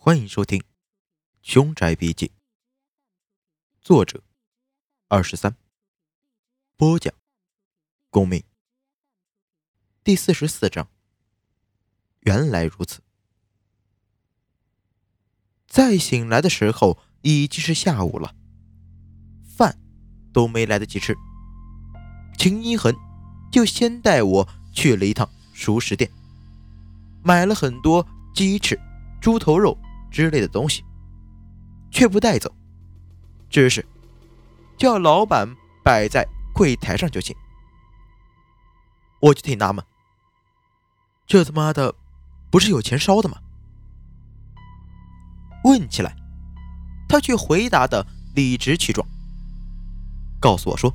欢迎收听《凶宅笔记》，作者23，播讲公明。第44章，原来如此。再醒来的时候已经是下午了，饭都没来得及吃，秦一恒就先带我去了一趟熟食店，买了很多鸡翅、猪头肉之类的东西，却不带走，只是叫老板摆在柜台上就行。我就挺纳闷，这他妈的不是有钱烧的吗？问起来，他却回答的理直气壮，告诉我说，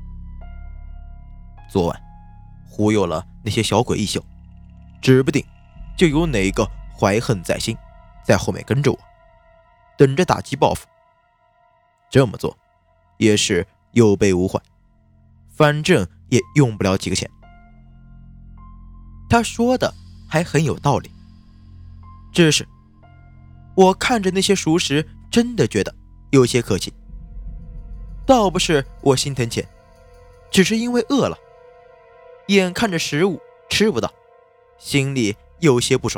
昨晚忽悠了那些小鬼一宿，指不定就有哪个怀恨在心，在后面跟着我，等着打击报复。这么做也是有备无患，反正也用不了几个钱。他说的还很有道理，只是我看着那些熟食，真的觉得有些可惜。倒不是我心疼钱，只是因为饿了，眼看着食物吃不到，心里有些不爽。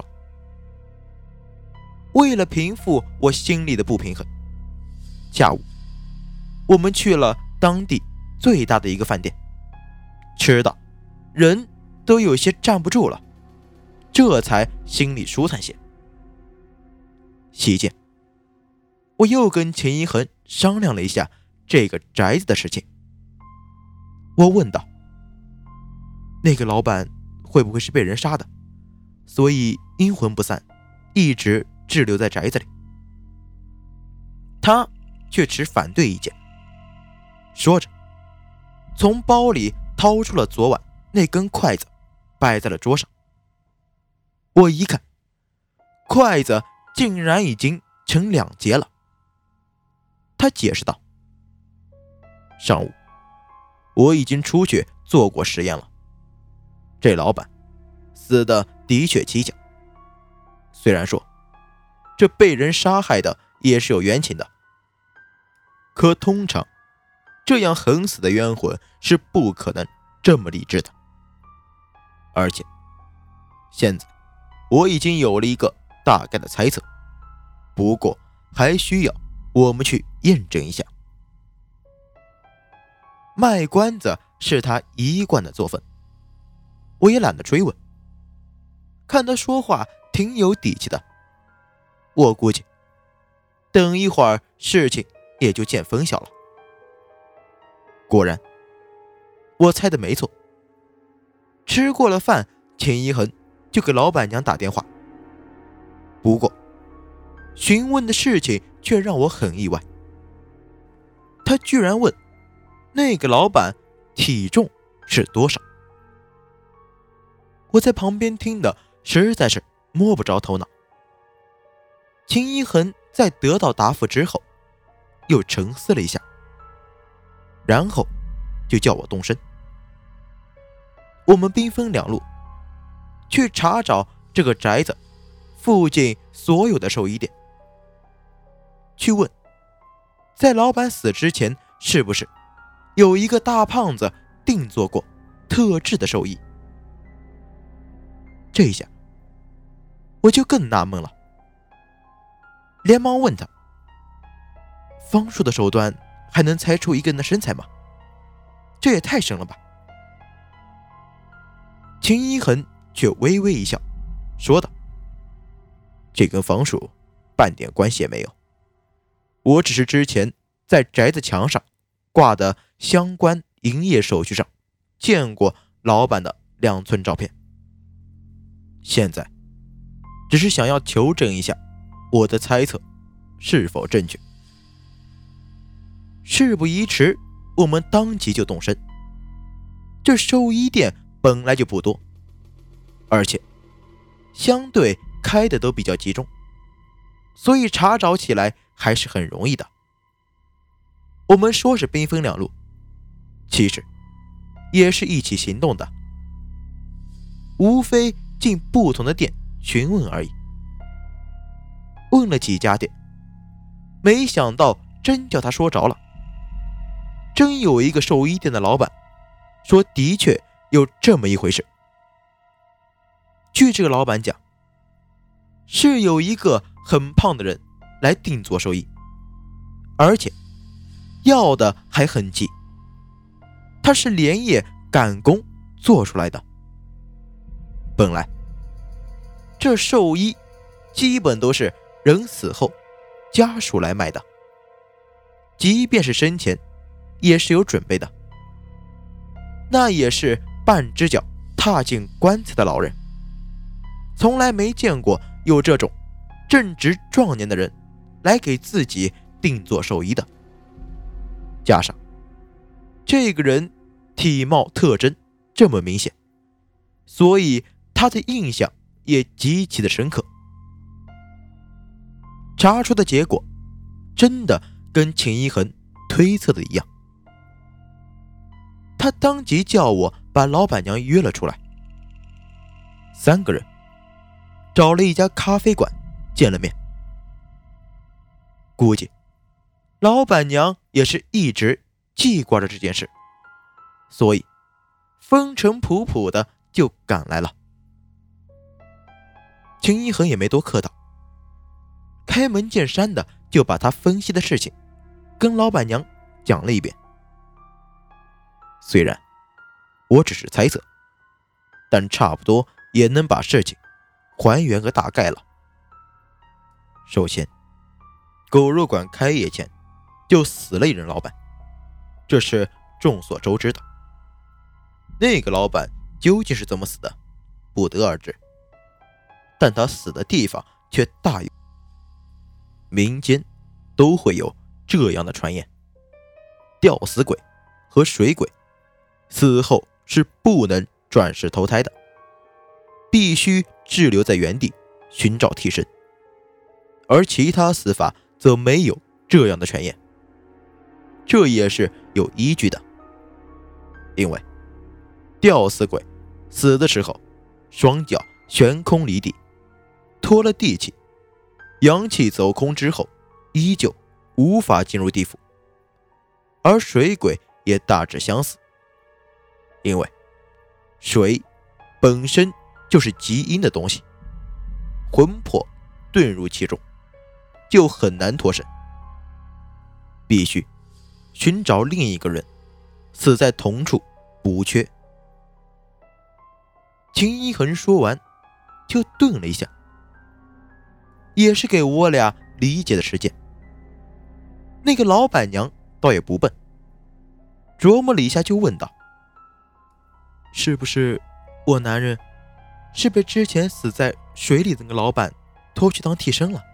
为了平复我心里的不平衡，下午我们去了当地最大的一个饭店，吃的人都有些站不住了，这才心里舒坦些。席间，我又跟秦一恒商量了一下这个宅子的事情。我问道，那个老板会不会是被人杀的，所以阴魂不散，一直滞留在宅子里？他却持反对意见，说着从包里掏出了昨晚那根筷子，摆在了桌上。我一看，筷子竟然已经成2截了。他解释道，上午我已经出去做过实验了，这老板死的的确蹊跷，虽然说这被人杀害的也是有冤情的，可通常这样横死的冤魂是不可能这么理智的。而且现在我已经有了一个大概的猜测，不过还需要我们去验证一下。卖关子是他一贯的作风，我也懒得追问，看他说话挺有底气的，我估计等一会儿事情也就见分晓了。果然，我猜的没错。吃过了饭，秦一恒就给老板娘打电话。不过，询问的事情却让我很意外。他居然问那个老板体重是多少。我在旁边听的实在是摸不着头脑。秦一恒在得到答复之后，又沉思了一下，然后就叫我动身。我们兵分2路，去查找这个宅子附近所有的兽医店，去问在老板死之前是不是有一个大胖子定做过特制的兽医。这下我就更纳闷了，连忙问他，方术的手段还能猜出一个人的身材吗？这也太神了吧。秦一恒却微微一笑，说道，这跟方术半点关系也没有，我只是之前在宅子墙上挂的相关营业手续上见过老板的2寸照片，现在只是想要求证一下我的猜测是否正确。事不宜迟，我们当即就动身。这兽医店本来就不多，而且相对开的都比较集中，所以查找起来还是很容易的。我们说是兵分2路，其实也是一起行动的，无非进不同的店询问而已。 问了几家店，没想到真叫他说着了。真有一个寿衣店的老板说，的确有这么一回事。据这个老板讲，是有一个很胖的人来定做寿衣，而且要的还很急，他是连夜赶工做出来的。本来这寿衣基本都是人死后家属来买的，即便是生前也是有准备的，那也是半只脚踏进棺材的老人，从来没见过有这种正值壮年的人来给自己定做寿衣的。加上这个人体貌特征这么明显，所以他的印象也极其的深刻。查出的结果真的跟秦一恒推测的一样，他当即叫我把老板娘约了出来，3个人找了一家咖啡馆见了面。估计老板娘也是一直记挂着这件事，所以风尘仆仆的就赶来了。秦一恒也没多客套，开门见山的就把他分析的事情跟老板娘讲了一遍。虽然我只是猜测，但差不多也能把事情还原个大概了。首先，狗肉馆开业前就死了一人老板，这是众所周知的。那个老板究竟是怎么死的，不得而知，但他死的地方却大有民间都会有这样的传言：吊死鬼和水鬼死后是不能转世投胎的，必须滞留在原地寻找替身，而其他死法则没有这样的传言。这也是有依据的，因为吊死鬼死的时候双脚悬空离地，脱了地气，阳气走空之后依旧无法进入地府，而水鬼也大致相似，因为水本身就是极阴的东西，魂魄遁入其中就很难脱身，必须寻找另一个人死在同处补缺。秦一恒说完就顿了一下，也是给我俩理解的时间。那个老板娘倒也不笨，琢磨了一下就问道：是不是我男人是被之前死在水里的那个老板拖去当替身了？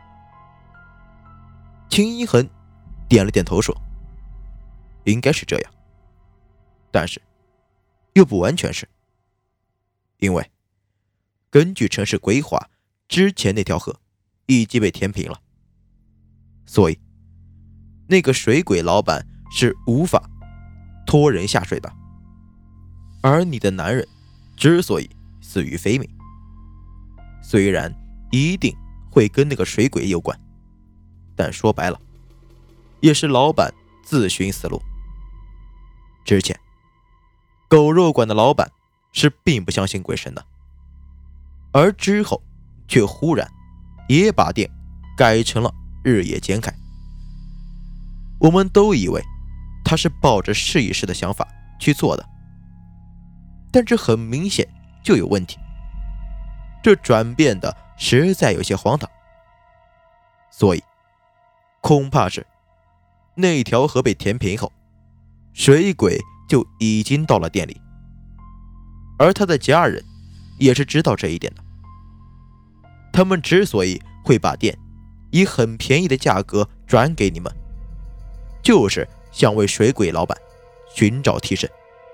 秦一恒点了点头说：应该是这样，但是又不完全是，因为根据城市规划，之前那条河已经被填平了，所以那个水鬼老板是无法拖人下水的。而你的男人之所以死于非命，虽然一定会跟那个水鬼有关，但说白了也是老板自寻死路。之前狗肉馆的老板是并不相信鬼神的，而之后却忽然也把店改成了日夜兼开。我们都以为他是抱着试一试的想法去做的，但这很明显就有问题，这转变的实在有些荒唐。所以恐怕是那条河被填平后，水鬼就已经到了店里，而他的家人也是知道这一点的。他们之所以会把店以很便宜的价格转给你们，就是想为水鬼老板寻找替身。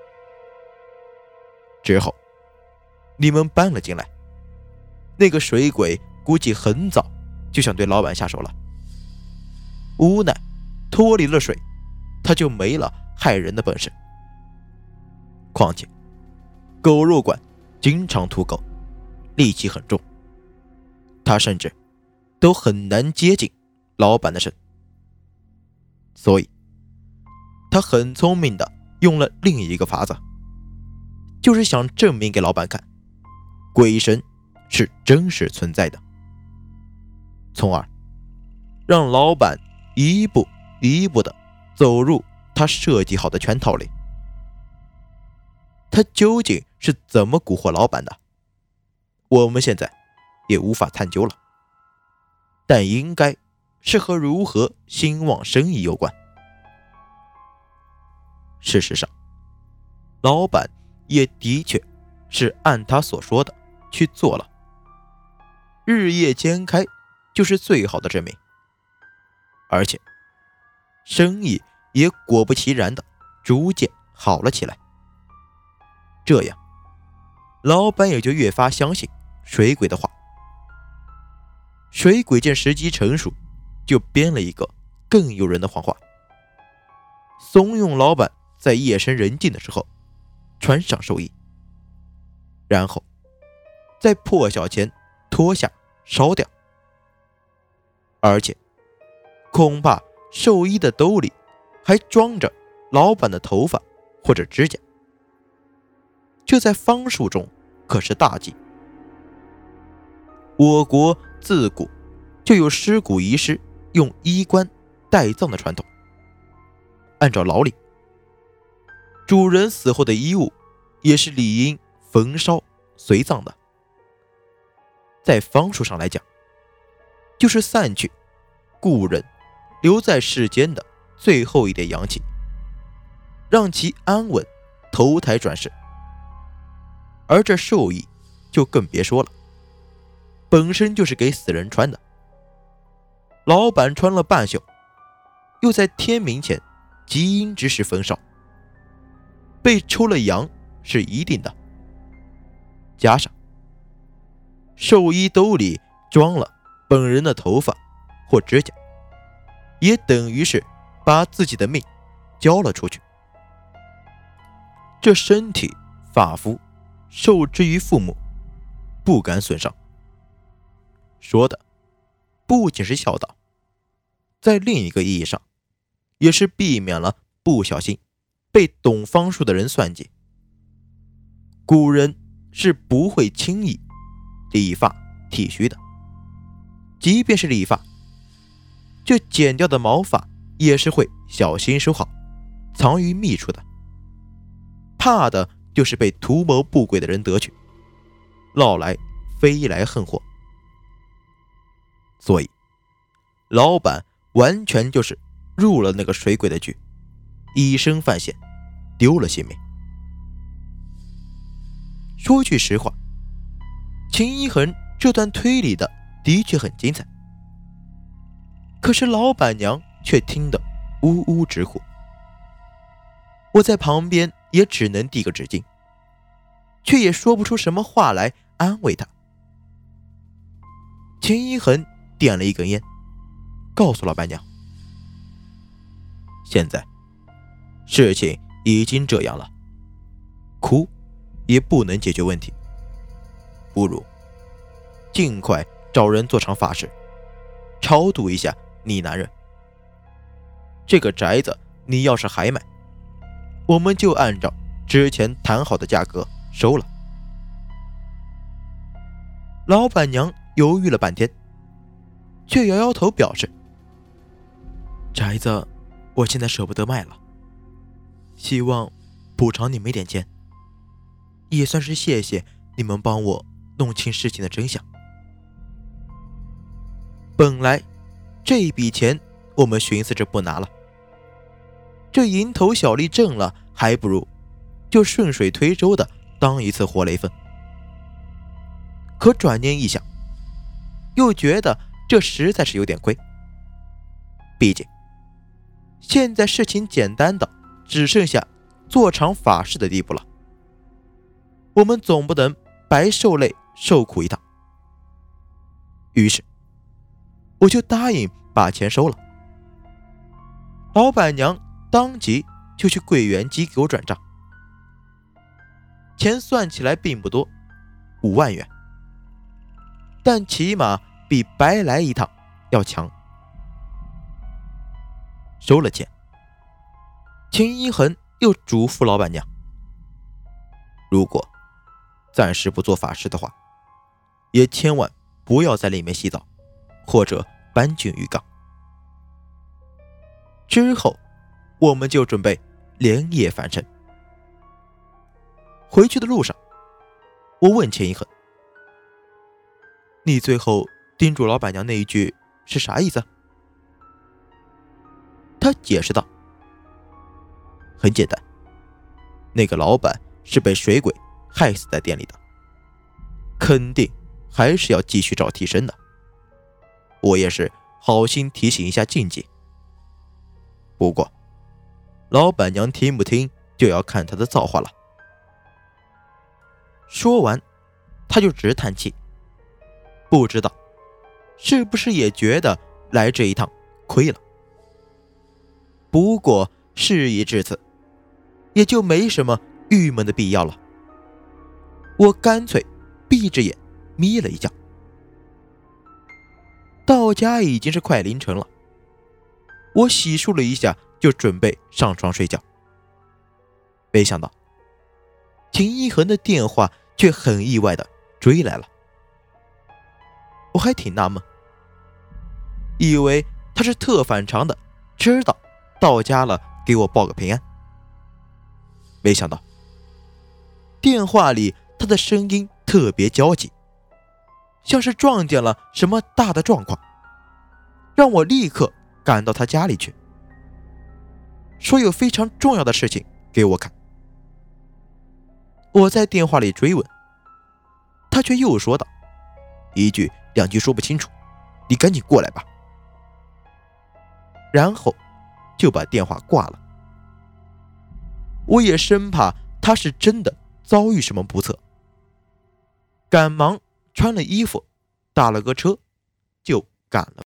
之后你们搬了进来，那个水鬼估计很早就想对老板下手了，无奈脱离了水，他就没了害人的本事。况且狗肉馆经常屠狗，戾气很重，他甚至都很难接近老板的身。所以他很聪明的用了另一个法子，就是想证明给老板看，鬼神是真实存在的，从而让老板一步一步的走入他设计好的圈套里。他究竟是怎么蛊惑老板的，我们现在也无法探究了，但应该是和如何兴旺生意有关。事实上，老板也的确是按他所说的去做了，日夜兼开就是最好的证明。而且生意也果不其然的逐渐好了起来。这样老板也就越发相信水鬼的话。水鬼见时机成熟，就编了一个更诱人的谎话，怂恿老板在夜深人静的时候穿上寿衣，然后在破晓前脱下烧掉。而且恐怕寿衣的兜里还装着老板的头发或者指甲，这在方术中可是大忌。我国自古就有尸骨遗失用衣冠代葬的传统。按照老理，主人死后的衣物也是理应焚烧随葬的。在方术上来讲，就是散去故人留在世间的最后一点阳气，让其安稳投胎转世。而这寿衣就更别说了，本身就是给死人穿的。老板穿了半宿，又在天明前极阴之时焚烧，被抽了阳是一定的。加上寿衣兜里装了本人的头发或指甲，也等于是把自己的命交了出去。这身体发肤受之于父母，不敢损伤，说的不仅是孝道，在另一个意义上也是避免了不小心被懂方术的人算计。古人是不会轻易理发剃须的，即便是理发，这剪掉的毛发也是会小心收好，藏于密处的，怕的就是被图谋不轨的人得去，落来飞来横祸。所以老板完全就是入了那个水鬼的局，以身犯险，丢了性命。说句实话，秦一恒这段推理的确很精彩，可是老板娘却听得呜呜直呼。我在旁边也只能递个纸巾，却也说不出什么话来安慰她。秦一恒点了一根烟，告诉老板娘，现在事情已经这样了，哭也不能解决问题，不如尽快找人做场法事，超度一下你男人。这个宅子你要是还买，我们就按照之前谈好的价格收了。老板娘犹豫了半天，却摇摇头表示，宅子我现在舍不得卖了，希望补偿你们一点钱，也算是谢谢你们帮我弄清事情的真相。本来这一笔钱我们寻思着不拿了，这蝇头小利挣了，还不如就顺水推舟的当一次活雷锋。可转念一想，又觉得这实在是有点亏，毕竟现在事情简单的只剩下做场法事的地步了，我们总不能白受累受苦一趟。于是我就答应把钱收了。老板娘当即就去柜员机给我转账，钱算起来并不多，5万元，但起码比白来一趟要强。收了钱，秦一恒又嘱咐老板娘，如果暂时不做法事的话，也千万不要在里面洗澡，或者搬进浴缸。之后我们就准备连夜返程。回去的路上，我问钱一恒，你最后叮嘱老板娘那一句是啥意思？他解释道，很简单，那个老板是被水鬼害死在店里的，肯定还是要继续找替身的。我也是好心提醒一下静静，不过老板娘听不听就要看她的造化了。说完他就直叹气，不知道是不是也觉得来这一趟亏了。不过事已至此，也就没什么郁闷的必要了。我干脆闭着眼眯了一觉。到家已经是快凌晨了，我洗漱了一下就准备上床睡觉。没想到秦一恒的电话却很意外的追来了。我还挺纳闷，以为他是特反常的知道到家了给我报个平安。没想到电话里他的声音特别焦急，像是撞见了什么大的状况，让我立刻赶到他家里去，说有非常重要的事情给我看。我在电话里追问，他却又说道，一句两句说不清楚，你赶紧过来吧。然后就把电话挂了。我也生怕他是真的遭遇什么不测，赶忙穿了衣服，打了个车就赶了。